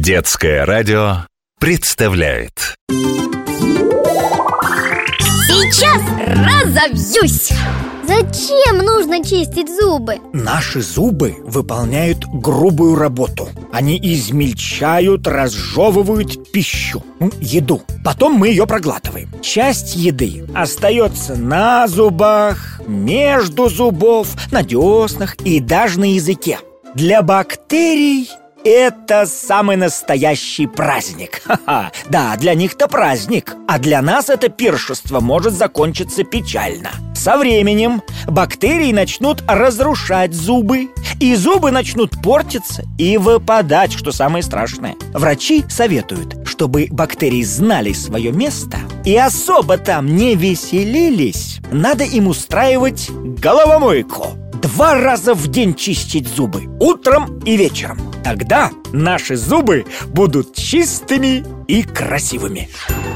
Детское радио представляет. Сейчас разобьюсь! Зачем нужно чистить зубы? Наши зубы выполняют грубую работу. Они измельчают, разжевывают пищу, еду. Потом мы ее проглатываем. Часть еды остается на зубах, между зубов, на деснах и даже на языке. Для бактерий это самый настоящий праздник. Ха-ха. Да, для них-то праздник. А для нас это пиршество может закончиться печально. Со временем бактерии начнут разрушать зубы, и зубы начнут портиться и выпадать, что самое страшное. Врачи советуют, чтобы бактерии знали свое место и особо там не веселились, надо им устраивать головомойку. 2 раза в день чистить зубы, утром и вечером. Тогда наши зубы будут чистыми и красивыми.